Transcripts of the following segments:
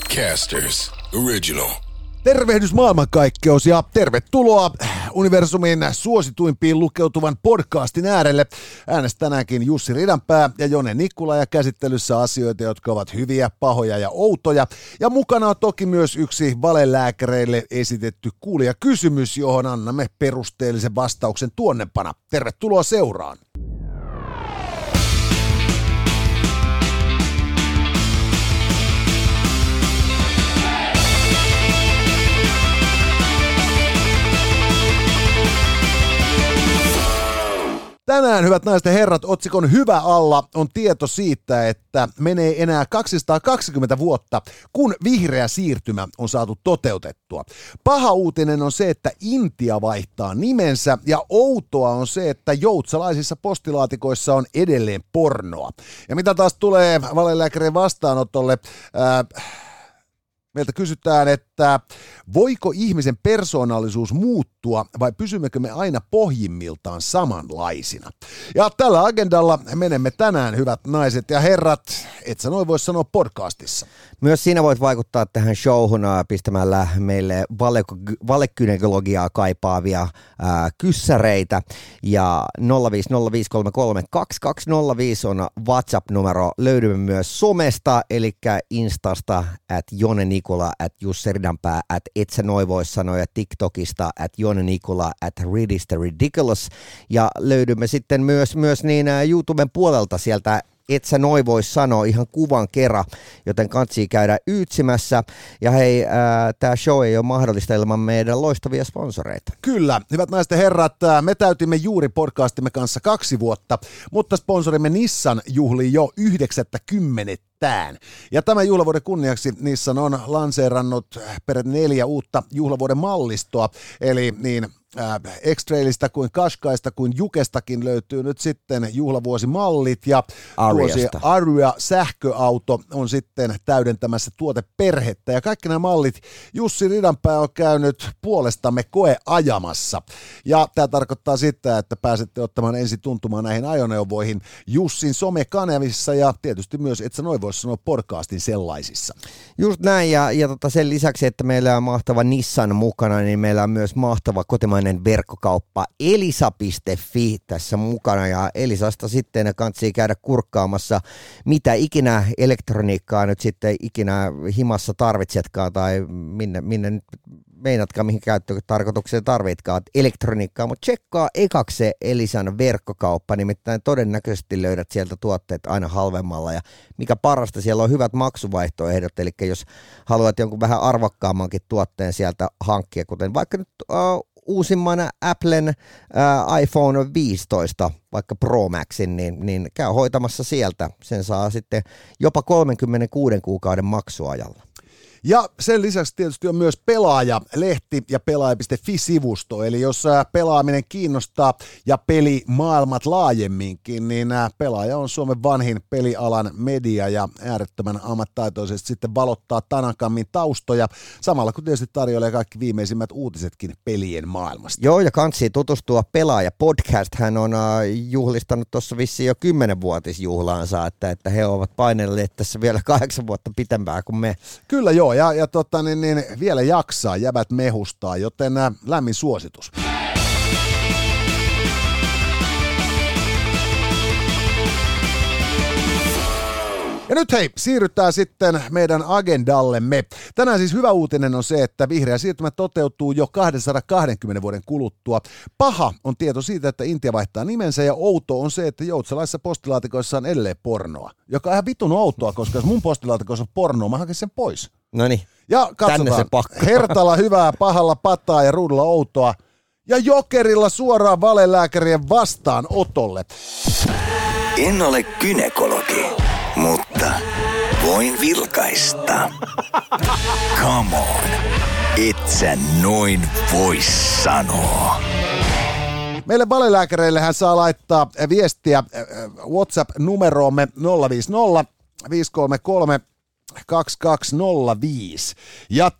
Podcasters Original. Tervehdys maailmankaikkeus ja tervetuloa universumin suosituimpiin lukeutuvan podcastin äärelle. Äänestä tänäänkin Jussi Ridanpää ja Jone Nikula ja käsittelyssä asioita, jotka ovat hyviä, pahoja ja outoja. Ja mukana on toki myös yksi valelääkäreille esitetty kuulijakysymys, johon annamme perusteellisen vastauksen tuonnempana. Tervetuloa seuraan. Tänään, hyvät naiset ja herrat, otsikon Hyvä alla on tieto siitä, että menee enää 220 vuotta, kun vihreä siirtymä on saatu toteutettua. Paha uutinen on se, että Intia vaihtaa nimensä, ja outoa on se, että joutsalaisissa postilaatikoissa on edelleen pornoa. Ja mitä taas tulee valelääkärin vastaanotolle, meiltä kysytään, että voiko ihmisen persoonallisuus muuttua vai pysymmekö me aina pohjimmiltaan samanlaisina? Ja tällä agendalla menemme tänään, hyvät naiset ja herrat, et sä noin voi sanoa podcastissa. Myös sinä voit vaikuttaa tähän showhun pistämällä meille valekynekologiaa kaipaavia kyssäreitä. Ja 050533220 on WhatsApp-numero. Löydymme myös somesta, eli Instasta @JoneNikula, @Jussi Ridanpää, @et sä noi voi sanoa, ja TikTokista @JoneNikula, @Ridiculous. Ja löydymme sitten myös niin YouTuben puolelta sieltä et sä noi voi sanoa ihan kuvan kerran, joten kantsii käydä ytsimässä. Ja hei, tämä show ei ole mahdollista ilman meidän loistavia sponsoreita. Kyllä, hyvät naiset ja herrat, me täytimme juuri podcastimme kanssa 2 vuotta, mutta sponsorimme Nissan juhlii jo 90. Ja tämän juhlavuoden kunniaksi Nissan on lanseerannut peräti 4 uutta juhlavuoden mallistoa, eli niin X-Trailista kuin Qashqaista kuin Jukestakin löytyy nyt sitten juhlavuosimallit, ja vuosi Aria sähköauto on sitten täydentämässä tuoteperhettä, ja kaikki nämä mallit Jussi Ridanpää on käynyt puolestamme koeajamassa, ja tämä tarkoittaa sitä, että pääsette ottamaan ensin tuntumaan näihin ajoneuvoihin Jussin somekanavissa ja tietysti myös, et sä noin voisi sanoa, podcastin sellaisissa. Just näin, ja sen lisäksi, että meillä on mahtava Nissan mukana, niin meillä on myös mahtava kotimainen verkkokauppa elisa.fi tässä mukana, ja Elisasta sitten kantsii käydä kurkkaamassa, mitä ikinä elektroniikkaa nyt sitten ikinä himassa tarvitsetkaan, tai minne nyt meinatkaan, mihin käyttötarkoitukseen tarvitkaan elektroniikkaa, mutta tsekkaa ekaksi se Elisan verkkokauppa, nimittäin todennäköisesti löydät sieltä tuotteet aina halvemmalla, ja mikä parasta, siellä on hyvät maksuvaihtoehdot, eli jos haluat jonkun vähän arvokkaammankin tuotteen sieltä hankkia, kuten vaikka nyt uusimman Applen iPhone 15, vaikka Pro Maxin, niin käy hoitamassa sieltä. Sen saa sitten jopa 36 kuukauden maksuajalla. Ja sen lisäksi tietysti on myös Pelaaja-lehti ja pelaaja.fi-sivusto, eli jos pelaaminen kiinnostaa ja pelimaailmat laajemminkin, niin Pelaaja on Suomen vanhin pelialan media ja äärettömän ammattitaitoisesti sitten valottaa Tanakammin taustoja, samalla kun tietysti tarjoilee kaikki viimeisimmät uutisetkin pelien maailmasta. Joo, ja kansi tutustua Pelaaja-podcast. Hän on juhlistanut tuossa vissiin jo 10-vuotisjuhlaansa, että he ovat painelleet tässä vielä 8 vuotta pitempään kuin me. Kyllä joo. Ja vielä jaksaa, jäbät mehustaa, joten lämmin suositus. Ja nyt hei, siirrytään sitten meidän agendallemme. Tänään siis hyvä uutinen on se, että vihreä siirtymä toteutuu jo 220 vuoden kuluttua. Paha on tieto siitä, että Intia vaihtaa nimensä, ja outo on se, että joutsalaisissa postilaatikoissa on edelleen pornoa. Joka on ihan vitun outoa, koska jos mun postilaatikossa on pornoa, mä haken sen pois. Noniin, ja katsotaan, Hertalla hyvää, pahalla pataa ja ruudulla outoa. Ja Jokerilla suoraan valelääkärien vastaanotolle. En ole gynekologi, mutta voin vilkaista. Come on, et sä noin voi sanoa. Meille valelääkäreille hän saa laittaa viestiä WhatsApp-numeroomme 050 533 2205. Ja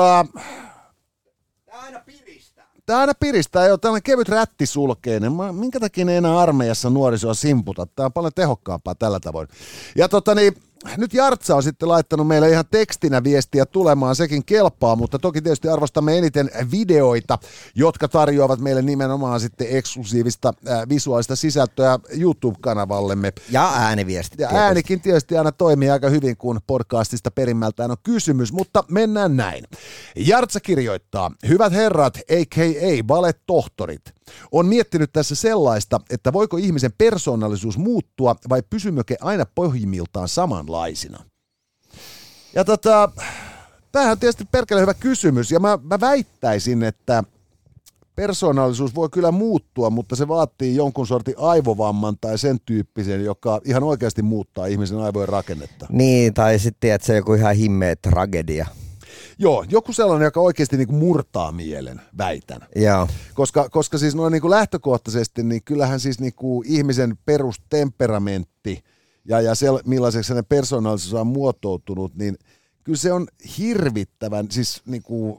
Tää aina piristää, jo tällainen kevyt rättisulkeinen. Minkä takia ne enää armeijassa nuorisoa simputa? Tää on paljon tehokkaampaa tällä tavoin. Ja nyt Jartsa on sitten laittanut meille ihan tekstinä viestiä tulemaan, sekin kelpaa, mutta toki tietysti arvostamme eniten videoita, jotka tarjoavat meille nimenomaan sitten eksklusiivista visuaalista sisältöä YouTube-kanavallemme. Ja ääniviestit. Ja äänikin tietysti aina toimii aika hyvin, kun podcastista perimmältään on kysymys, mutta mennään näin. Jartsa kirjoittaa, hyvät herrat, a.k.a. baletohtorit. On miettinyt tässä sellaista, että voiko ihmisen persoonallisuus muuttua vai pysymmekö aina pohjimmiltaan samanlaisina? Ja tämähän on tietysti perkele hyvä kysymys ja mä väittäisin, että persoonallisuus voi kyllä muuttua, mutta se vaatii jonkun sortin aivovamman tai sen tyyppisen, joka ihan oikeasti muuttaa ihmisen aivojen rakennetta. Niin, tai sitten että se joku ihan himmeä tragedia. Joo, joku sellainen, joka oikeasti niin kuin murtaa mielen, väitän. Joo. Koska siis noin niin kuin lähtökohtaisesti, niin kyllähän siis niin kuin ihmisen perustemperamentti ja se, millaiseksi hänen persoonallisuus on muotoutunut, niin kyllä se on hirvittävän, siis niin kuin,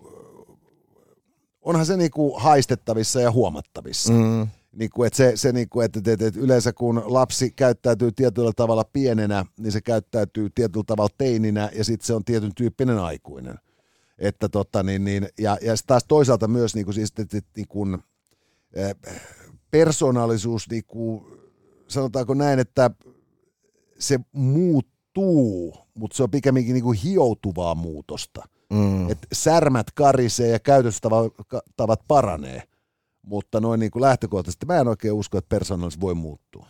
onhan se niin kuin haistettavissa ja huomattavissa. Niin kuin, että se niin kuin, että yleensä kun lapsi käyttäytyy tietyllä tavalla pienenä, niin se käyttäytyy tietyllä tavalla teininä ja sitten se on tietyn tyyppinen aikuinen. Että ja taas toisaalta myös niin kuin siis, että niin kuin, persoonallisuus, niin kuin, sanotaanko näin, että se muuttuu, mutta se on pikemminkin niin kuin hioutuvaa muutosta. Että särmät karisee ja käytöstavat paranee, mutta noin niin kuin lähtökohtaisesti mä en oikein usko, että persoonallisuus voi muuttua.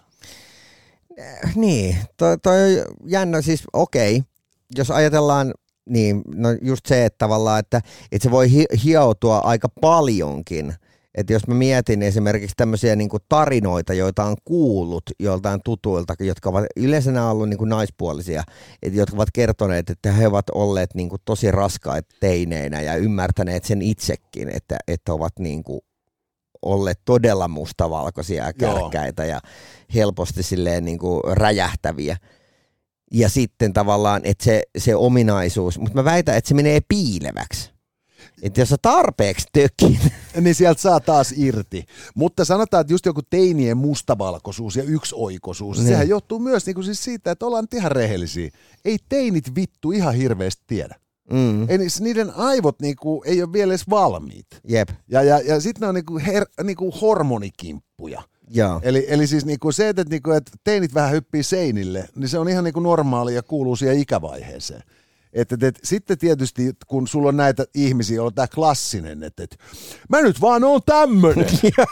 Niin, toi jännä siis okei, jos ajatellaan niin, no just se, että tavallaan, että se voi hioutua aika paljonkin. Että jos mä mietin esimerkiksi tämmöisiä niin kuin tarinoita, joita on kuullut joltain tutuilta, jotka ovat yleensä nämä ollut niin kuin naispuolisia, jotka ovat kertoneet, että he ovat olleet niin kuin tosi raskaita teineinä ja ymmärtäneet sen itsekin, että ovat niin kuin olleet todella mustavalkoisia ja kärkkäitä ja helposti silleen niin kuin räjähtäviä. Ja sitten tavallaan, että se ominaisuus, mutta mä väitän, että se menee piileväksi. Että jos sä tarpeeksi tökit. Niin sieltä saa taas irti. Mutta sanotaan, että just joku teinien mustavalkoisuus ja yksioikoisuus, sehän johtuu myös niin kuin siis siitä, että ollaan ihan rehellisiä. Ei teinit vittu ihan hirveästi tiedä. Ei, niiden aivot niinku, ei ole vielä edes valmiit. Jep. Ja sitten ne on niinku hormonikimppuja. Joo. Eli siis niinku se, että teinit vähän hyppii seinille, niin se on ihan niinku normaali ja kuuluu siihen ikävaiheeseen. Sitten tietysti, kun sulla on näitä ihmisiä, joilla on tämä klassinen, että mä nyt vaan oon tämmönen,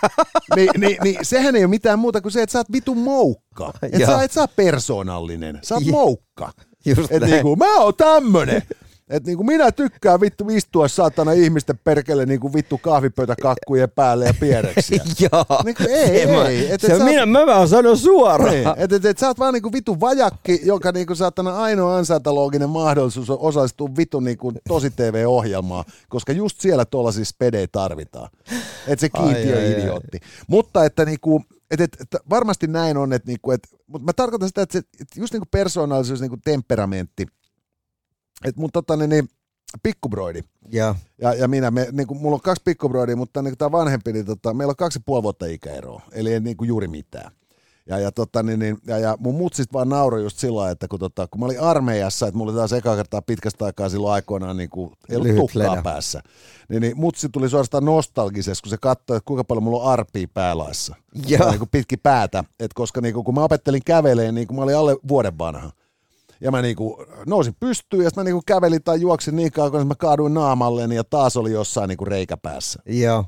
niin sehän ei ole mitään muuta kuin se, että sä oot vitun moukka. Että sä et saa persoonallinen, sä oot moukka. Että niinku, mä oon tämmönen. Että niinku minä tykkään vittu istua saatana ihmisten perkele niinku vittu kahvipöytäkakkujen päälle ja piereksiä. Joo. Niinku ei. Mä vaan sanon suoraan. Että sä oot vaan niinku vittu vajakki, joka niinku saatana ainoa ansaintalooginen mahdollisuus on osallistua vittu niinku tosi TV-ohjelmaan, koska just siellä tollaisia spedejä tarvitaan. Että se kiintiö-idiootti. Mutta että niinku, että varmasti näin on, että niinku, mutta mä tarkoitan sitä, että just niinku persoonallisuus, niinku temperamentti, että mun pikkubroidi ja minä, niinku, mulla on 2 pikkubroidia, mutta niinku tää vanhempi, niin meillä on 2,5 vuotta ikäeroa, eli ei niinku juuri mitään. Ja mun mutsit vaan nauroi just sillä lailla, että kun mä olin armeijassa, että mulla oli taas eka kertaa pitkästä aikaa silloin aikoinaan niinku, ei ollut tukkaa päässä, niin mutsi tuli suorastaan nostalgisessa, kun se katsoi, että kuinka paljon mulla on arpia päälaissa. Niinku pitki päätä, että koska niinku, kun mä opettelin kävelemään, niin mä olin alle vuoden vanha. Ja mä niinku nousin pystyyn ja sitten mä niinku kävelin tai juoksin niin kauan, kun mä kaaduin naamalleni ja taas oli jossain niinku reikä päässä. Joo.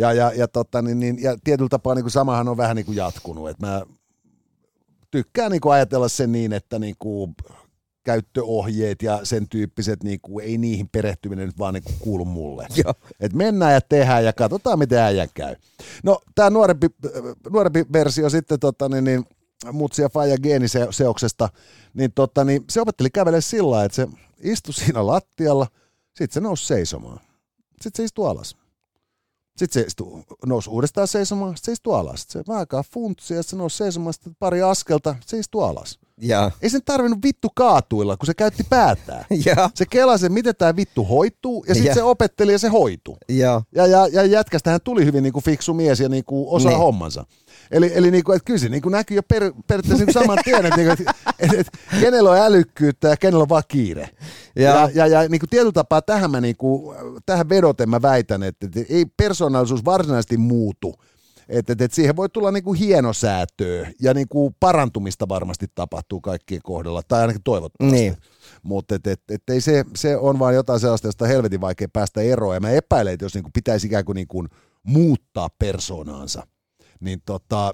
Ja tietyllä tapaa niinku samahan on vähän niinku jatkunut. Et mä tykkään niinku ajatella sen niin, että niinku käyttöohjeet ja sen tyyppiset, niinku, ei niihin perehtyminen nyt vaan niinku kuulu mulle. Et mennään ja tehdään ja katsotaan, miten äijän käy. No tää nuorempi versio sitten mutsi ja faija geeniseoksesta, niin se opetteli kävelemään sillä lailla, että se istui siinä lattialla, sitten se nousi seisomaan. Sitten se istui alas. Sitten se nousi uudestaan seisomaan, sitten se istui alas. Sitten se vähän aikaa funtsi ja se nousi seisomaan, sitten pari askelta, se istui alas. Ja. Ei sen tarvinnut vittu kaatuilla, kun se käytti päätään. Se kelasi, miten tämä vittu hoituu, ja sitten se opetteli ja se hoitui. Ja jätkästähän tuli hyvin niinku fiksu mies ja niinku osaa hommansa. Eli niinku, että kyllä se niinku näkyy jo periaatteessa niinku saman tien, että niinku, et kenellä on älykkyyttä ja kenellä on vaan kiire. Ja niinku tietyllä tapaa tähän vedoten mä väitän, että ei persoonallisuus varsinaisesti muutu. Että siihen voi tulla niinku hienosäätöä ja niinku parantumista varmasti tapahtuu kaikkien kohdalla, tai ainakin toivottavasti. Niin. Mutta ei se on vaan jotain sellaista, josta on helvetin vaikea päästä eroon. Ja mä epäilen, että jos niinku pitäisi ikään kuin niinku muuttaa persoonaansa, niin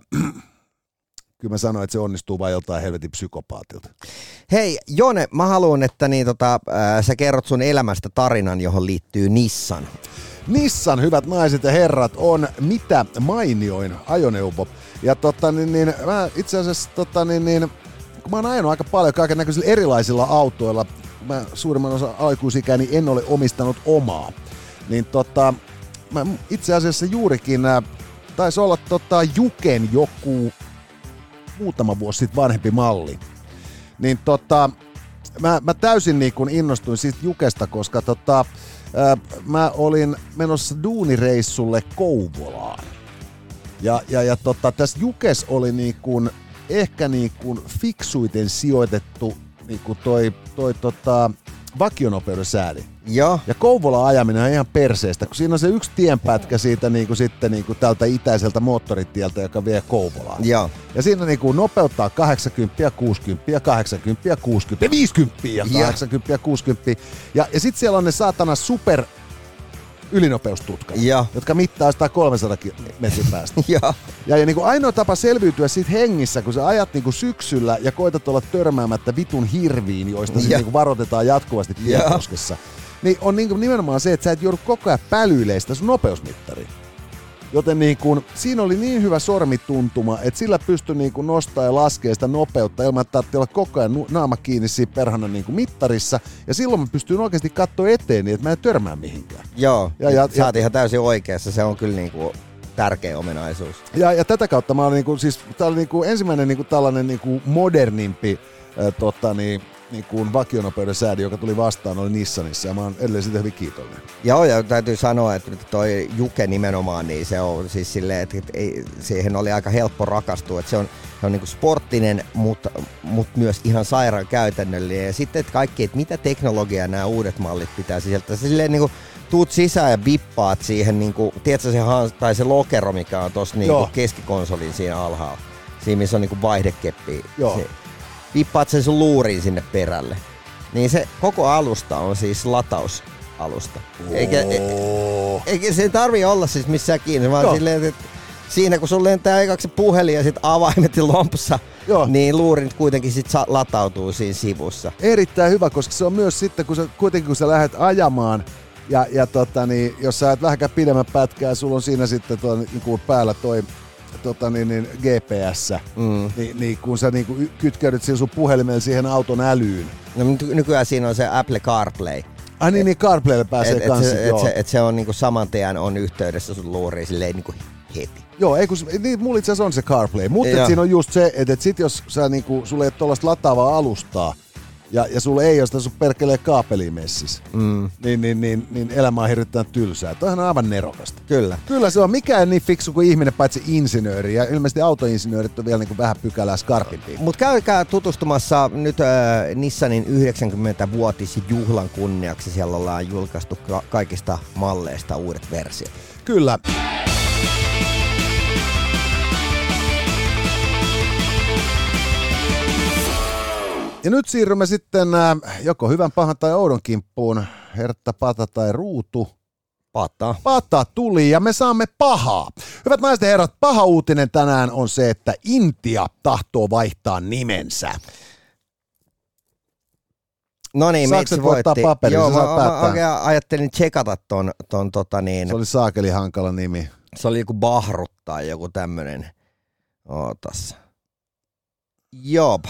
kyllä mä sanoin, että se onnistuu vain joltain helvetin psykopaatilta. Hei Jone, mä haluan, että sä kerrot sun elämästä tarinan, johon liittyy Nissan. Nissan, hyvät naiset ja herrat, on mitä mainioin ajoneuvo. Ja mä itse asiassa kun mä oon ajanut aika paljon kaiken näköisillä erilaisilla autoilla, mä suurimman osa aikuisikäni en ole omistanut omaa. Niin mä itse asiassa juurikin taisi olla Juken joku muutama vuosi sitten vanhempi malli. Niin mä täysin niin kun innostuin siitä Jukesta, koska mä olin menossa duunireissulle Kouvolaan. Ja tässä Jukes oli niin kun, ehkä niin kun fiksuiten sijoitettu niin kun toi vakionopeuden sääli. Joo. Ja Kouvolan ajaminen on ihan perseestä, kun siinä on se yksi tienpätkä siitä sitten tältä itäiseltä moottoritieltä, joka vie Kouvolaan. Joo. Ja siinä nopeuttaa 80, 60, 80, 60, 50 ja 80, 60. Ja sitten siellä on ne saatana super ylinopeustutkat, jotka mittaa sitä 300 metrin päästä. Ja niin kuin ainoa tapa selviytyä siitä hengissä, kun sä ajat niin kuin syksyllä ja koetat olla törmäämättä vitun hirviin, joista niin kuin varoitetaan jatkuvasti tienkoskessa, niin on niin kuin nimenomaan se, että sä et joudu koko ajan pälyilemään sitä sun nopeusmittariin. Joten niin kuin, siinä oli niin hyvä sormituntuma, että sillä pystyi niin kuin nostaa ja laskea sitä nopeutta ilman, että tarvitsi olla koko ajan naama kiinni siinä perhana niin kuin mittarissa. Ja silloin mä pystyin oikeasti katsoa eteen niin, että mä en törmää mihinkään. Joo, sä oot ihan täysin oikeassa. Se on kyllä niin kuin tärkeä ominaisuus. Ja tätä kautta mä olin niin kuin, siis tää oli niin kuin ensimmäinen niin kuin tällainen niin kuin modernimpi niin kuin vakionopeuden säädö, joka tuli vastaan, oli Nissanissa, ja mä oon edelleen siitä hyvin kiitollinen. Joo, ja täytyy sanoa, että toi Juke nimenomaan, niin se on siis silleen, että siihen oli aika helppo rakastua, että se on niin kuin sporttinen, mutta myös ihan sairaan käytännöllinen, ja sitten että kaikki, että mitä teknologiaa nämä uudet mallit pitää sisältää, silleen niin kuin tuut sisään ja vippaat siihen, niin kuin, tiedätkö se lokero, mikä on tuossa niin keskikonsolin siinä alhaalla, siinä missä on niin kuin vaihdekeppi. Vippaat sen sun luuriin sinne perälle. Niin se koko alusta on siis latausalusta. Eikä se tarvii olla siis missään kiinni, vaan silleen, että siinä kun sun lentää ekaksi puhelin ja sit avaimet lompsa, niin luurin kuitenkin sit latautuu siinä sivussa. Erittäin hyvä, koska se on myös sitten, kun sä lähdet ajamaan, ja jos sä et vähänkään pidemmän pätkää, sulla on siinä sitten niin päällä toi GPS, niin kun sä niinku kytkeydyt sun puhelimeen siihen auton älyyn. No nykyään siinä on se Apple CarPlay. Ai niin CarPlaylle pääsee kanssa. Se on niinku saman tien on yhteydessä sun luuriin silleen niinku heti. Joo, mulla itse asiassa on se CarPlay, mutta siinä on just se, että sit jos sä niinku, sulla ei ole tollaista lataavaa alustaa, ja sulla ei ole sitä sun perkelee kaapeliin messissä, niin elämä on hirveän tylsää. Toihan on aivan nerokasta. Kyllä se on. Mikään niin fiksu kuin ihminen, paitsi insinööri. Ja ilmeisesti autoinsinöörit on vielä niin kuin vähän pykälää skarpimpia. Mutta käykää tutustumassa nyt Nissanin 90-vuotisjuhlan kunniaksi. Siellä ollaan julkaistu kaikista malleista uudet versiot. Kyllä. Ja nyt siirrymme sitten joko hyvän, pahan tai oudon kimppuun. Hertta, pata tai ruutu. Pata tuli ja me saamme pahaa. Hyvät naiset ja herrat, paha uutinen tänään on se, että Intia tahtoo vaihtaa nimensä. No niin, Sakset voittaa paperin, joo, sä saat päättää. Mä ajattelin tsekata ton Se oli saakeli hankala nimi. Se oli joku Bahrut tai joku tämmönen. Ootas. Joo,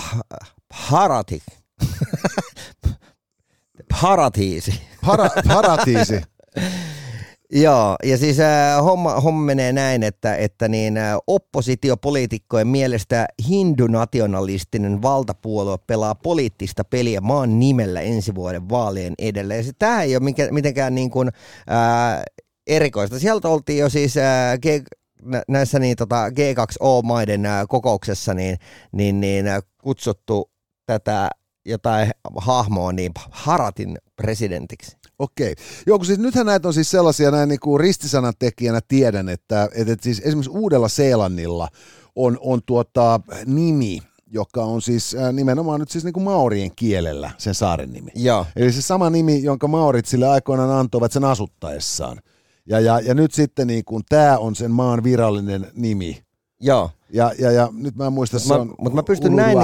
Paratiisi. Paratiisi. Joo, ja siis homma menee näin, että oppositiopoliitikkojen mielestä hindunationalistinen valtapuolue pelaa poliittista peliä maan nimellä ensi vuoden vaalien edellä. Ja tämä ei ole mitenkään niin kuin, erikoista. Sieltä oltiin jo siis näissä G2O-maiden kokouksessa niin kutsuttu tätä jotain hahmoa niin Haratin presidentiksi. Okei. Joo, kun siis nythän näitä on siis sellaisia näin niin kuin ristisanan tekijänä tiedän, että siis esimerkiksi Uudella-Seelannilla on nimi, joka on siis nimenomaan nyt siis niin kuin maorien kielellä sen saaren nimi. Joo. Eli se sama nimi, jonka maorit sille aikoinaan antoivat sen asuttaessaan. Ja nyt sitten niin kuin tämä on sen maan virallinen nimi. Joo. Ja nyt mä en muista, se on mä pystyn näin.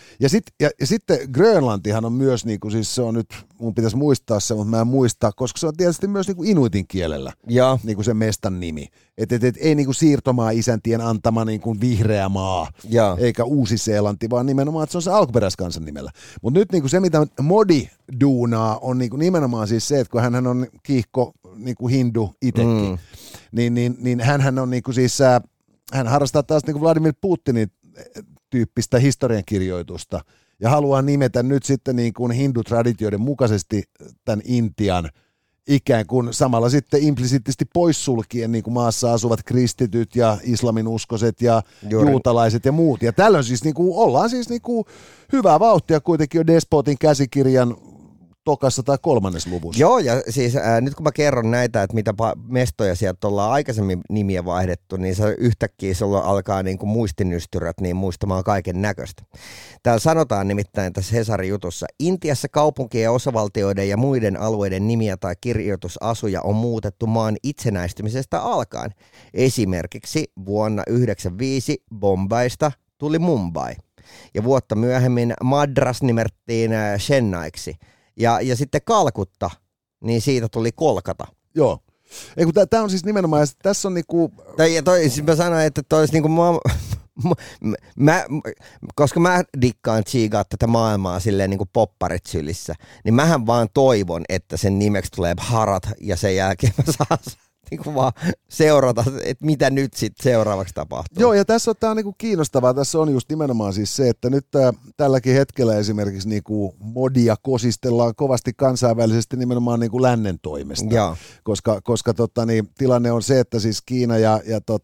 Ja sitten Grönlantihan on myös, niin kuin, siis se on nyt, mun pitäisi muistaa se, mutta mä en muista, koska se on tietysti myös niin kuin inuitin kielellä, niin kuin se mestan nimi. Ei niin kuin siirtomaa isäntien antama niin kuin vihreä maa, eikä Uusi-Seelanti, vaan nimenomaan, että se on se alkuperäiskansan nimellä. Mutta nyt niin kuin se, mitä Modi duunaa, on niin kuin nimenomaan siis se, että kun hän on kiihko niin kuin hindu itsekin, niin hänhän on niin kuin siis... Hän harrastaa taas niin kuin Vladimir Putinin tyyppistä historiankirjoitusta ja haluaa nimetä nyt sitten niin kuin hindutraditioiden mukaisesti tämän Intian ikään kuin samalla sitten implisiittisesti poissulkien niin kuin maassa asuvat kristityt ja islaminuskoiset ja juutalaiset ja muut. Ja tällöin siis niin kuin, ollaan siis niin kuin hyvää vauhtia kuitenkin jo Despotin käsikirjan tokassa tai 3. luvussa. Joo, ja siis nyt kun mä kerron näitä, että mitä mestoja sieltä ollaan aikaisemmin nimiä vaihdettu, niin se yhtäkkiä sulla alkaa niin kuin muistinystyrät niin muistamaan kaiken näköistä. Täällä sanotaan nimittäin tässä Hesarin jutussa, Intiassa kaupunkien, osavaltioiden ja muiden alueiden nimiä tai kirjoitusasuja on muutettu maan itsenäistymisestä alkaen. Esimerkiksi vuonna 1995 Bombaista tuli Mumbai, ja vuotta myöhemmin Madras nimettiin Chennaiksi. Ja sitten Kalkutta, niin siitä tuli Kolkata. Joo. Ei kun tää on siis nimenomaan, tässä on niinku... Siis mä sanoin, että toi olisi niinku... Koska mä dikkaan tsiigaa tätä maailmaa silleen niinku popparit sylissä, niin mähän vaan toivon, että sen nimeksi tulee Bharat ja sen jälkeen mä saan niin vaan seurata, että mitä nyt sitten seuraavaksi tapahtuu. Joo, ja tässä on tämä niinku kiinnostavaa. Tässä on just nimenomaan siis se, että nyt tälläkin hetkellä esimerkiksi niinku Modia kosistellaan kovasti kansainvälisesti nimenomaan niinku lännen toimesta. Joo. Koska tilanne on se, että siis Kiina ja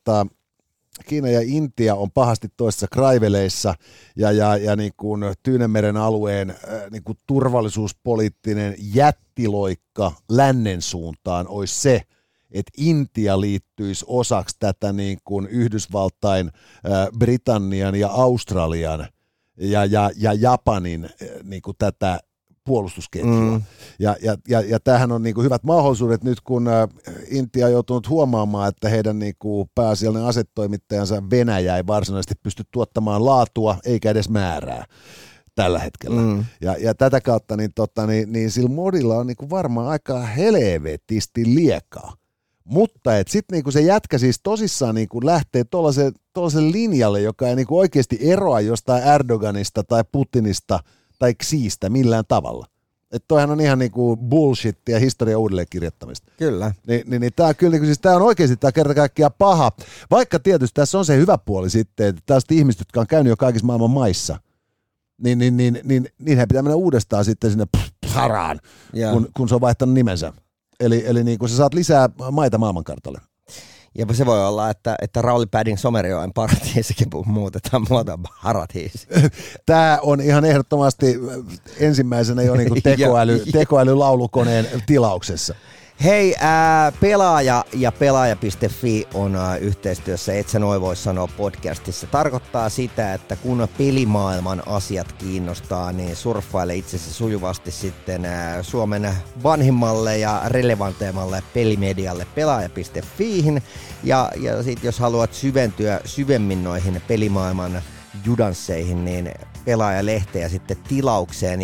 Intia on pahasti toisessa kraiveleissa ja niin kuin Tyynenmeren alueen niin kuin turvallisuuspoliittinen jättiloikka lännen suuntaan olisi se, että Intia liittyisi osaksi tätä niin kuin Yhdysvaltain, Britannian ja Australian ja Japanin niin kuin tätä puolustusketjua. Ja tämähän on niin kuin hyvät mahdollisuudet nyt, kun Intia on joutunut huomaamaan, että heidän niin kuin pääasiallinen asetoimittajansa Venäjä ei varsinaisesti pysty tuottamaan laatua eikä edes määrää tällä hetkellä. Ja tätä kautta niin sillä Modilla on niin kuin varmaan aika helvetisti liekaa. Mutta sitten niinku se jätkä siis tosissaan niinku lähtee tuollaisen linjalle, joka ei niinku oikeasti eroa jostain Erdoganista tai Putinista tai Xiistä millään tavalla. Että toihan on ihan niinku bullshit ja historian uudelleen kirjoittamista. Kyllä. Niin tää kyllä niinku, siis tää on oikeasti tää kerta kaikkiaan paha. Vaikka tietysti tässä on se hyvä puoli sitten, että tällaiset ihmiset, jotka on käynyt jo kaikissa maailman maissa, niin he pitää mennä uudestaan sitten sinne Bharaan, kun se on vaihtanut nimensä. Eli niin kuin sä saat lisää maita maailmankartalle. Ja se voi olla, että Rauli Padding Somerjoen paratiisikin muutetaan muotoon Bharatiisi. Tämä on ihan ehdottomasti ensimmäisenä jo niin kuin tekoälylaulukoneen tilauksessa. Hei, Pelaaja ja pelaaja.fi on yhteistyössä Et sä noi voi sanoa podcastissa. Tarkoittaa sitä, että kun pelimaailman asiat kiinnostaa, niin surffaile itsesi sujuvasti sitten Suomen vanhimmalle ja relevanteimmalle pelimedialle pelaaja.fiihin. Ja sit jos haluat syventyä syvemmin noihin pelimaailman judansseihin, niin Pelaaja-lehteä sitten tilaukseen.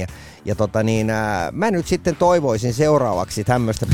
Mä nyt sitten toivoisin seuraavaksi tämmöistä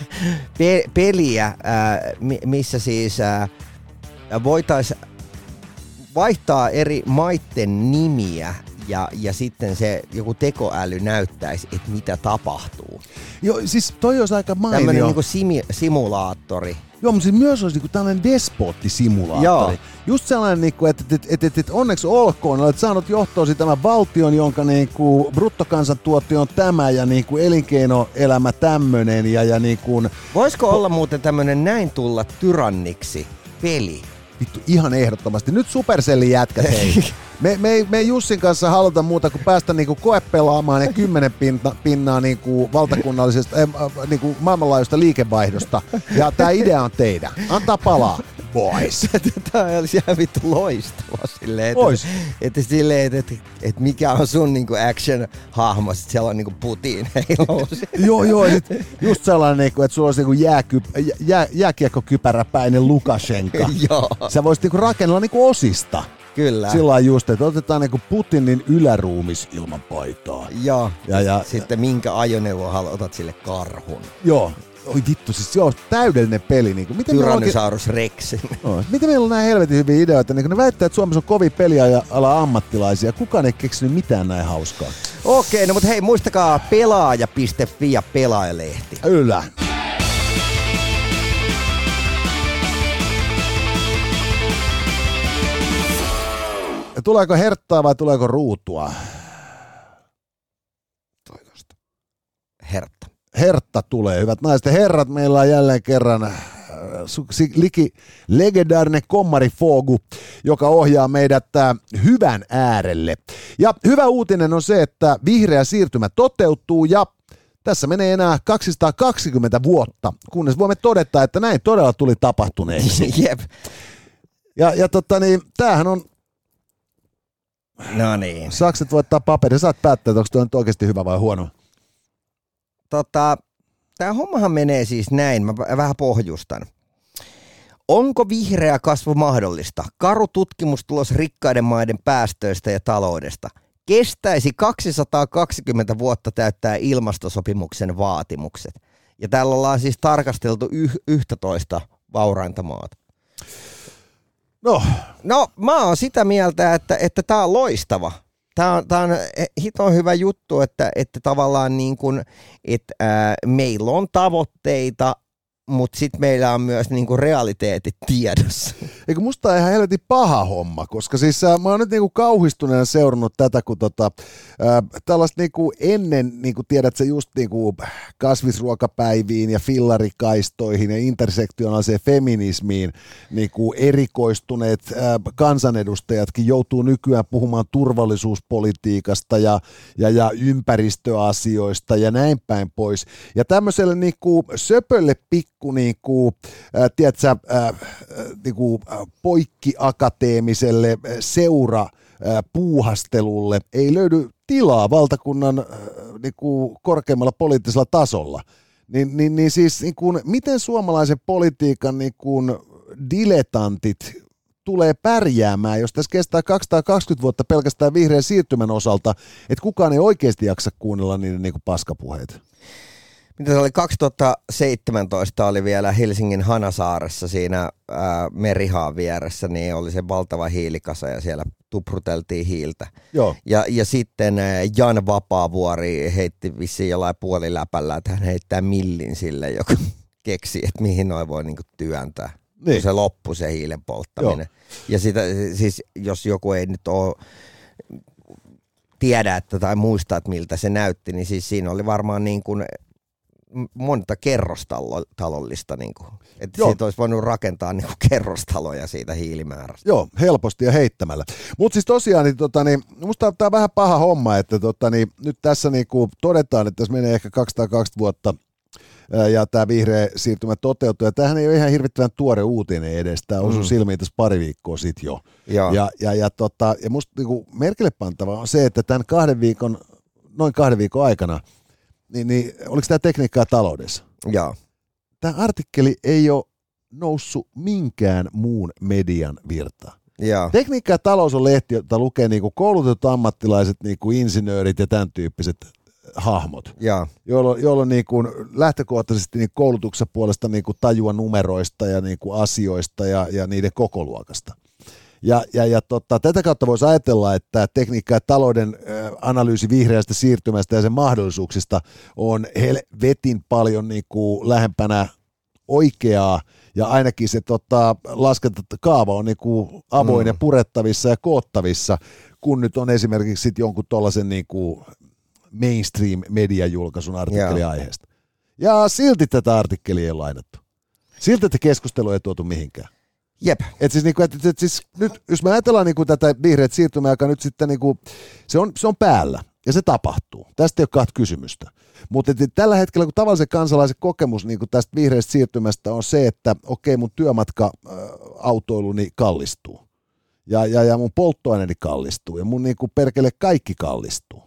peliä, missä siis voitaisiin vaihtaa eri maitten nimiä ja sitten se joku tekoäly näyttäisi, että mitä tapahtuu. Joo, siis toi olisi aika mainio. Tämmöinen niinku simulaattori. Joo, mutta siis myös olisi niinku tällainen despottisimulaattori. Joo. Just sellainen, niinku, että onneksi olkoon, olet saanut johtoosi tämän valtion, jonka niinku bruttokansantuotto on tämä ja niinku elinkeinoelämä tämmöinen. Ja niinku... Voisiko olla muuten tämmöinen näin tulla tyranniksi peli? Vittu, ihan ehdottomasti. Nyt Supercellin jätkät, hei. Me ei Jussin kanssa haluta muuta kuin päästä niinku koepelaamaan ja 10 pinnaa niinku valtakunnallisesta, niinku maailmanlaajuista liikevaihdosta. Ja tää idea on teidän. Antaa palaa, boys. Tämä olisi ihan vittu loistava silleen, että mikä on sun niinku action-hahmo, sit siellä on niinku Putin heiluu. Joo, just sellainen, niinku, että sulla olisi niinku jääkiekkokypäräpäinen Lukashenka. Joo. Sä voisit niinku rakennella niinku osista. Kyllä. Sillä just, että otetaan niinku Putinin yläruumis ilman paitaa. Joo. Ja sitten minkä ajoneuvo otat sille karhun. Joo. Oi vittu, siis joo, täydellinen peli. Niin miten Tyrannosaurus Rex. Miten meillä on näin helvetin hyviä ideoita? Niin ne väittää, että Suomessa on kovin peliala ammattilaisia. Kukaan ei keksinyt mitään näin hauskaa. Okei, no mutta hei, muistakaa pelaaja.fi ja pelaajalehti. Kyllä. Tuleeko herttaa vai tuleeko ruutua? Hertta. Hertta tulee, hyvät naiset ja herrat. Meillä on jälleen kerran legendaarinen Kommari Fogu, joka ohjaa meidät hyvän äärelle. Ja hyvä uutinen on se, että vihreä siirtymä toteutuu ja tässä menee enää 220 vuotta, kunnes voimme todeta, että näin todella tuli tapahtuneeksi. Jep. Ja tämähän on... No niin. Sakset voittaa paperia. Saat päättää, että onko tuo nyt oikeasti hyvä vai huono. Tämä hommahan menee siis näin. Mä vähän pohjustan. Onko vihreä kasvu mahdollista? Karu tutkimustulos rikkaiden maiden päästöistä ja taloudesta. Kestäisi 220 vuotta täyttää ilmastosopimuksen vaatimukset. Ja täällä ollaan siis tarkasteltu 11 vaurainta maata. No, mä oon sitä mieltä, että tää on loistava. Tää on hiton hyvä juttu, että tavallaan niin kuin, että meillä on tavoitteita, mutta sitten meillä on myös niinku realiteetit tiedossa. Eikö musta on ihan helvetin paha homma, koska siis mä oon nyt niinku kauhistuneena seurannut tätä, kun tällaista niinku ennen, niinku tiedät sä just niinku kasvisruokapäiviin ja fillarikaistoihin ja intersektionaaliseen feminismiin niinku erikoistuneet kansanedustajatkin joutuu nykyään puhumaan turvallisuuspolitiikasta ja ympäristöasioista ja näin päin pois. Ja tämmöiselle niinku söpölle tiedätkö, poikkiakateemiselle seurapuuhastelulle ei löydy tilaa valtakunnan korkeimmalla poliittisella tasolla. Niin siis miten suomalaisen politiikan diletantit tulee pärjäämään, jos tässä kestää 220 vuotta pelkästään vihreän siirtymän osalta, että kukaan ei oikeasti jaksa kuunnella niiden paskapuheita. Mitä se oli 2017 oli vielä Helsingin Hanasaaressa siinä merihaan vieressä, niin oli se valtava hiilikasa ja siellä tupruteltiin hiiltä. Joo. Ja sitten Jan Vapaavuori heitti vissiin jollain puoliläpällä, että hän heittää millin sille, joka keksi, että mihin noin voi niinku työntää. Niin. Kun se loppui se hiilen polttaminen. Joo. Ja sitä, siis jos joku ei nyt ole tiedä tai muista, että miltä se näytti, niin siis siinä oli varmaan niin kuin monta kerrostalollista, niin kuin, että siitä olisi voinut rakentaa niin kuin kerrostaloja siitä hiilimäärästä. Joo, helposti ja heittämällä. Mutta siis tosiaan, musta tämä on vähän paha homma, että nyt tässä todetaan, että tässä menee ehkä 220 vuotta ja tämä vihreä siirtymä toteutuu. Ja tämähän ei ole ihan hirvittävän tuore uutinen edes. Tämä osui silmiin tässä pari viikkoa sitten jo. Ja musta merkille pantava on se, että tämän noin 2 viikon aikana, niin oliko tämä Tekniikka taloudessa? Joo. Tämä artikkeli ei ole noussut minkään muun median virtaan. Joo. Tekniikka ja talous on lehti, jota lukee koulutetut ammattilaiset, insinöörit ja tämän tyyppiset hahmot, jolloin lähtökohtaisesti koulutuksen puolesta tajua numeroista ja asioista ja niiden kokoluokasta. Tätä kautta voisi ajatella, että tekniikka ja talouden analyysi vihreästä siirtymästä ja sen mahdollisuuksista on helvetin paljon lähempänä oikeaa, ja ainakin se laskentakaava on avoin ja purettavissa ja koottavissa, kun nyt on esimerkiksi jonkun tuollaisen mainstream-mediajulkaisun artikkeliaiheesta. Ja silti tätä artikkelia ei ole lainattu. Silti tätä keskustelua ei tuotu mihinkään. Jep. Siis nyt, jos me ajatellaan niinku tätä vihreät siirtymää, joka nyt sitten niinku, se on päällä ja se tapahtuu. Tästä ei ole kahta kysymystä. Mutta tällä hetkellä, kun tavallisen kansalaisen kokemus niinku tästä vihreästä siirtymästä on se, että okei, mun työmatka-autoiluni kallistuu ja mun polttoaineeni kallistuu ja mun niinku perkele kaikki kallistuu.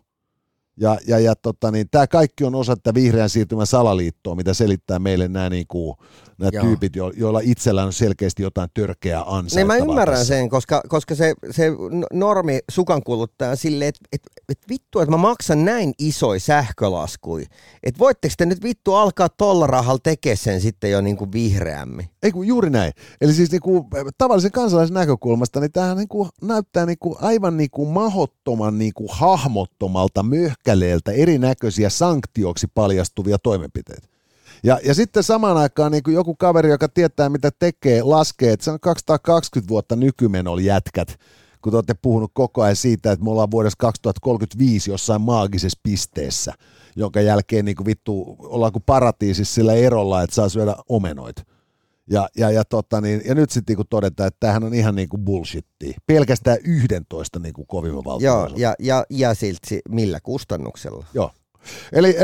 Tämä kaikki on osa tätä vihreän siirtymän salaliittoa, mitä selittää meille nämä tyypit, joilla itsellään on selkeästi jotain törkeää ansaittavaa. Niin mä ymmärrän sen, koska se normi sukankuluttaja silleen, että vittu, että mä maksan näin isoja sähkölaskuja. Että voitteko te nyt vittu alkaa tolla rahalla tekemään sen sitten jo niinku vihreämmin? Ei kun juuri näin. Eli siis niinku, tavallisen kansalaisen näkökulmasta niin tämähän niinku näyttää niinku aivan niinku mahdottoman niinku hahmottomalta möhkäleeltä erinäköisiä sanktioksi paljastuvia toimenpiteitä. Ja sitten samaan aikaan niin joku kaveri, joka tietää mitä tekee, laskee, että se on 220 vuotta nykymenolla jätkät, kun te olette puhunut koko ajan siitä, että me ollaan vuodessa 2035 jossain maagisessa pisteessä, jonka jälkeen niin kuin vittu ollaan kuin paratiisissa sillä erolla, että saa syödä omenoita. Ja nyt sitten niin todetaan, että tämähän on ihan niin kuin bullshittia. Pelkästään 11 niin kuin kovimman valtion. Joo, ja silti millä kustannuksella. Joo. Eli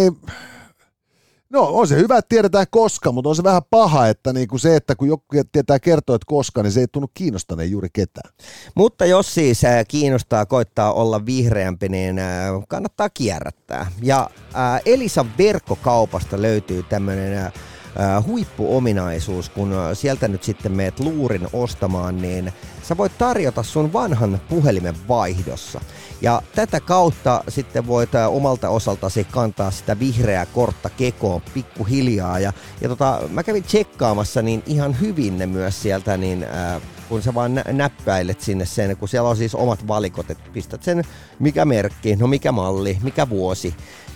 no on se hyvä, että tiedetään koska, mutta on se vähän paha, että niinku se, että kun joku tietää kertoa, että koska, niin se ei tunnu kiinnostaneen juuri ketään. Mutta jos siis kiinnostaa koittaa olla vihreämpi, niin kannattaa kierrättää. Ja Elisan verkkokaupasta löytyy tämmöinen huippuominaisuus, kun sieltä nyt sitten meet luurin ostamaan, niin sä voit tarjota sun vanhan puhelimen vaihdossa. Ja tätä kautta sitten voit omalta osaltasi kantaa sitä vihreää kortta kekoon pikkuhiljaa. Ja mä kävin tsekkaamassa, niin ihan hyvin ne myös sieltä, niin kun sä vaan näppäilet sinne sen, kun siellä on siis omat valikot, että pistät sen mikä merkki, no mikä malli, mikä vuosi,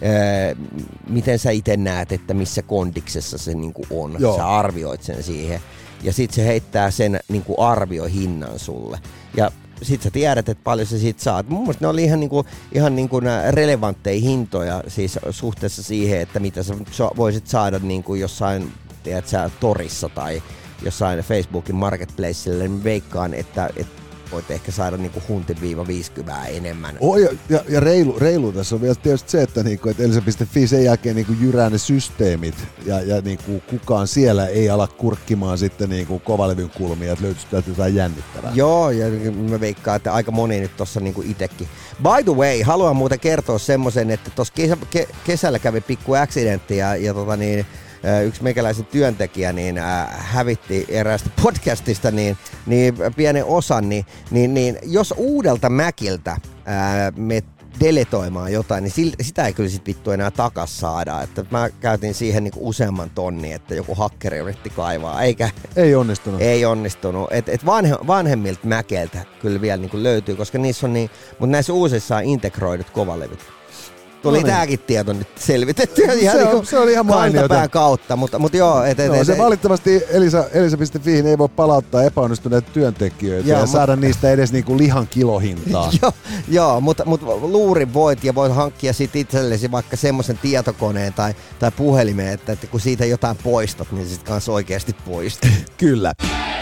miten sä itse näet, että missä kondiksessa se niinku on. Joo. Sä arvioit sen siihen ja sit se heittää sen niinku arviohinnan sulle. Ja sit sä tiedät, että paljon sä siitä saat. Mun mielestä ne oli ihan relevantteja hintoja siis suhteessa siihen, että mitä sä voisit saada niinku jossain, tiedät sä, torissa tai jossain Facebookin marketplacelle, niin veikkaan, että voit ehkä saada niinku huntin-50 enemmän. Ja reilu tässä on vielä tietysti se, että Elisa.fi sen jälkeen niinku jyrää ne systeemit ja niinku kukaan siellä ei ala kurkkimaan sitten niinku kovalevyn kulmia, että löytyisi täältä jotain jännittävää. Joo, ja mä veikkaan, että aika moni nyt tossa niinku itekin. By the way, haluan muuten kertoa semmoisen, että tossa kesällä kävi pikku accidentti ja yksi meikäläisen työntekijä niin hävitti eräästä podcastista niin pienen osan, niin jos uudelta Mäkiltä me deletoimaan jotain, niin sitä ei kyllä sit vittu enää takas saada. Että mä käytin siihen niinku useamman tonnin, että joku hakkeri yritti kaivaa, eikä... Ei onnistunut. Ei onnistunut. Et vanhemmilta Mäkeiltä kyllä vielä niinku löytyy, koska niissä on niin... Mutta näissä uusissa on integroidut kovalevyt. Tuli tääkin tieto nyt selvitettyä se oli ihan mainiota. Kantapään kautta, mutta joo. Se valitettavasti Elisa.fiihin ei voi palauttaa epäonnistuneita työntekijöitä ja saada niistä edes niinku lihan kilohintaa. Joo, mutta luurin voit ja voit hankkia sit itsellesi vaikka semmoisen tietokoneen tai puhelimeen, että kun siitä jotain poistat, niin sit kanssa oikeasti poistat. Kyllä.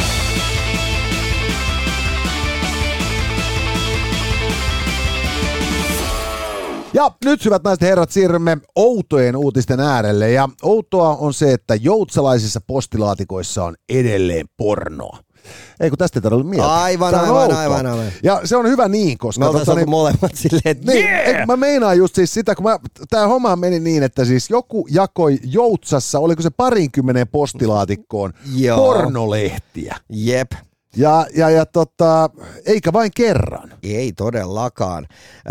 Ja nyt, hyvät naiset ja herrat, siirrymme outojen uutisten äärelle. Ja outoa on se, että joutsalaisissa postilaatikoissa on edelleen pornoa. Ei kun tästä ei tarvitse mieltä. Aivan. Ja se on hyvä niin, koska... Me oltaisiin molemmat silleen, että Mä meinaan just siis sitä, kun tää homma meni niin, että siis joku jakoi Joutsassa, oliko se 20 postilaatikkoon pornolehtiä. Jep. Ja eikä vain kerran. Ei todellakaan.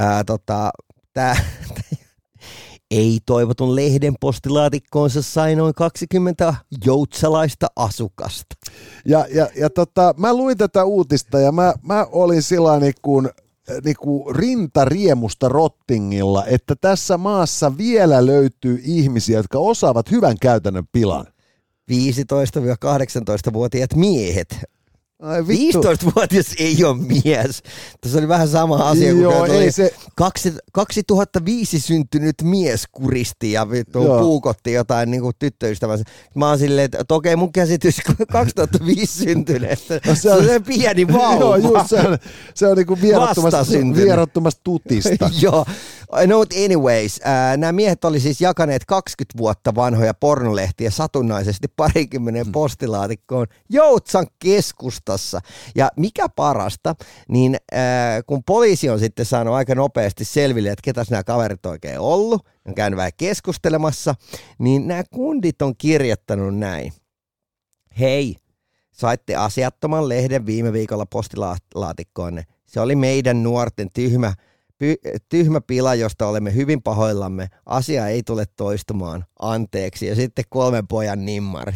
Ei-toivotun lehden postilaatikkoonsa sai noin 20 joutsalaista asukasta. Ja mä luin tätä uutista ja mä olin sillä niinku rintariemusta rottingilla, että tässä maassa vielä löytyy ihmisiä, jotka osaavat hyvän käytännön pilan. 15-18-vuotiaat miehet Ai vittu. 15-vuotias ei ole mies. Tässä oli vähän sama asia, kun ei se 2005 syntynyt mies kuristi ja vittu puukotti jotain niin kuin tyttöystävänsä. Mä oon silleen, että okei, mun käsitys 2005 syntyneestä. Se on pieni vauva. Joo, just se on niin kuin vierottomasta tutista. Joo. No but anyways, nämä miehet oli siis jakaneet 20 vuotta vanhoja pornolehtiä satunnaisesti 20 postilaatikkoon Joutsan keskustassa. Ja mikä parasta, niin kun poliisi on sitten saanut aika nopeasti selville, että ketäs nämä kaverit oikein ollut, on käynyt vähän keskustelemassa, niin nämä kundit on kirjoittanut näin. Hei, saitte asiattoman lehden viime viikolla postilaatikkoonne. Se oli meidän nuorten tyhmä pila, josta olemme hyvin pahoillamme. Asia ei tule toistumaan. Anteeksi. Ja sitten 3 pojan nimmarit.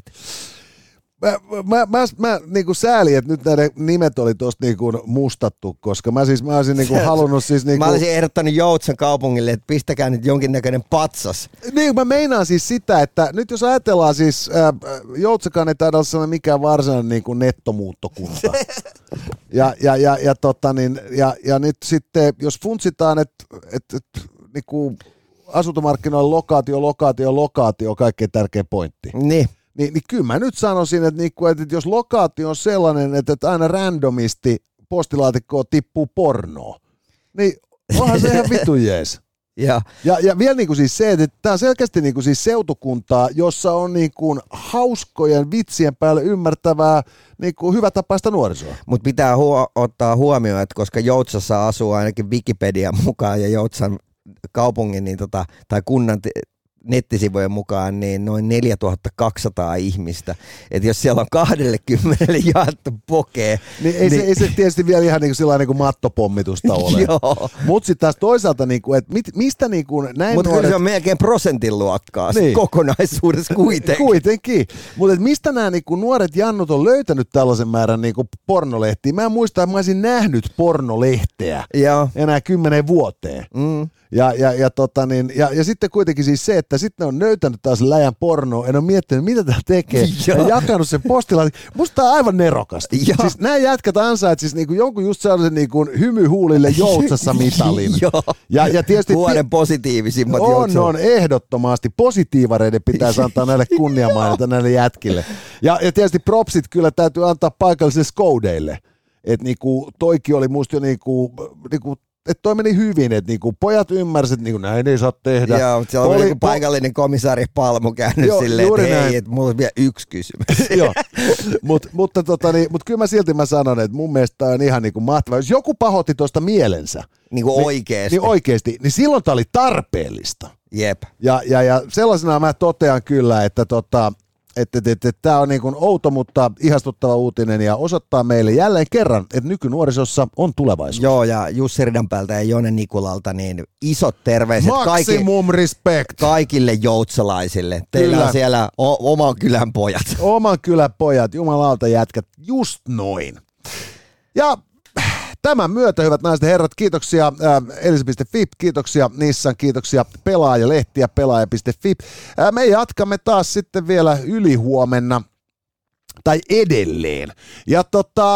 Mä niinku säälin, että nyt näiden nimet oli tosta niinku mustattu, koska mä olisin niinku halunnut siis niinku... Mä olisin ehdottanut Joutsan kaupungille, että pistäkää nyt jonkinnäköinen patsas. Niin, mä meinaan siis sitä, että nyt jos ajatellaan siis, Joutsakaan ei taida olla sellainen mikään varsinainen niinku nettomuuttokunta. Ja nyt sitten, jos funtsitaan, että niinku asuntomarkkinoilla lokaatio on kaikkein tärkein pointti. Niin kyllä mä nyt sanoisin, että jos lokaatio on sellainen, että aina randomisti postilaatikkoon tippuu pornoa, niin onhan se ihan vitu jees. Ja vielä niinku siis se, että tämä on selkeästi niinku siis seutukuntaa, jossa on niinku hauskojen vitsien päälle ymmärtävää niinku hyvätapaista nuorisoa. Mutta pitää ottaa huomioon, että koska Joutsassa asuu ainakin Wikipedian mukaan ja Joutsan kaupungin tai kunnan nettisivujen mukaan niin noin 4200 ihmistä. Että jos siellä on 20 jaettu pokee. Niin ei se tietysti vielä ihan niin kuin niin mattopommitusta ole. Mutta sitten taas toisaalta, niin kuin, että mistä niin kuin näin nuoret... Mutta se on melkein prosentin luokkaa niin. Kokonaisuudessa kuitenkin. Kuitenkin. Mutta mistä nämä niin kuin nuoret jannut on löytänyt tällaisen määrän niin kuin pornolehtiä? Mä en muista, että mä olisin nähnyt pornolehteä enää 10 vuoteen. Ja sitten kuitenkin siis se, että sitten ne on löytänyt taas läjän pornoa, en ole miettinyt, mitä tää tekee, ja jakanut sen postilaatikon. Musta tää on aivan nerokasta. Siis nämä jätkät ansait siis niinku jonkun just sellaisen niinku hymyhuulille Joutsassa mitalin. Ja tietysti vuoden positiivisimmat on ehdottomasti. Positiivareiden pitäisi antaa näille kunniamaineita näille jätkille. Ja tietysti propsit kyllä täytyy antaa paikallisille skoudeille. Että niinku toikin oli musta jo niinku että toi meni hyvin, että niinku pojat ymmärsivät, että niinku näin ei saa tehdä. Joo, mutta siellä oli paikallinen komissaari Palmu käynyt silleen, että hei, että mulla on vielä yksi kysymys. Joo, mutta kyllä mä silti sanon, että mun mielestä on ihan niinku mahtavaa. Jos joku pahoitti tuosta mielensä, niinku oikeesti. Niin oikeesti, niin silloin tää oli tarpeellista. Jep. Ja sellaisena mä totean kyllä, että tämä on niin kuin outo, mutta ihastuttava uutinen ja osoittaa meille jälleen kerran, että nykynuorisossa on tulevaisuus. Joo, ja Jussi Ridanpäältä ja Jone Nikulalta niin isot terveiset respect kaikille joutsalaisille. Teillä on siellä oman kylän pojat. Oman kylän pojat, jumalauta jätkät, just noin. Ja tämän myötä, hyvät naiset ja herrat, kiitoksia Elisa.fi, kiitoksia Nissan, kiitoksia Pelaajalehtiä, pelaaja.fi. Me jatkamme taas sitten vielä ylihuomenna, tai edelleen. Ja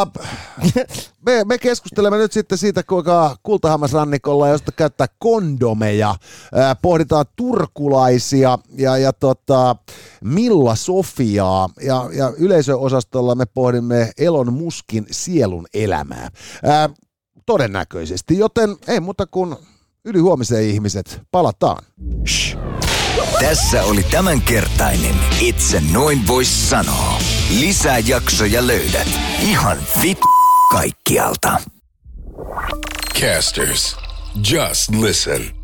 me keskustelemme nyt sitten siitä, kuinka Kultahammasrannikolla josta käyttää kondomeja, pohditaan turkulaisia ja Milla Sofiaa ja yleisöosastolla me pohdimme Elon Muskin sielun elämää. Todennäköisesti, joten ei muuta kuin ylihuomiseen ihmiset, palataan. Shh. Tässä oli tämänkertainen Itse noin vois sanoa. Lisää jaksoja löydät ihan kaikkialta. Casters, just listen.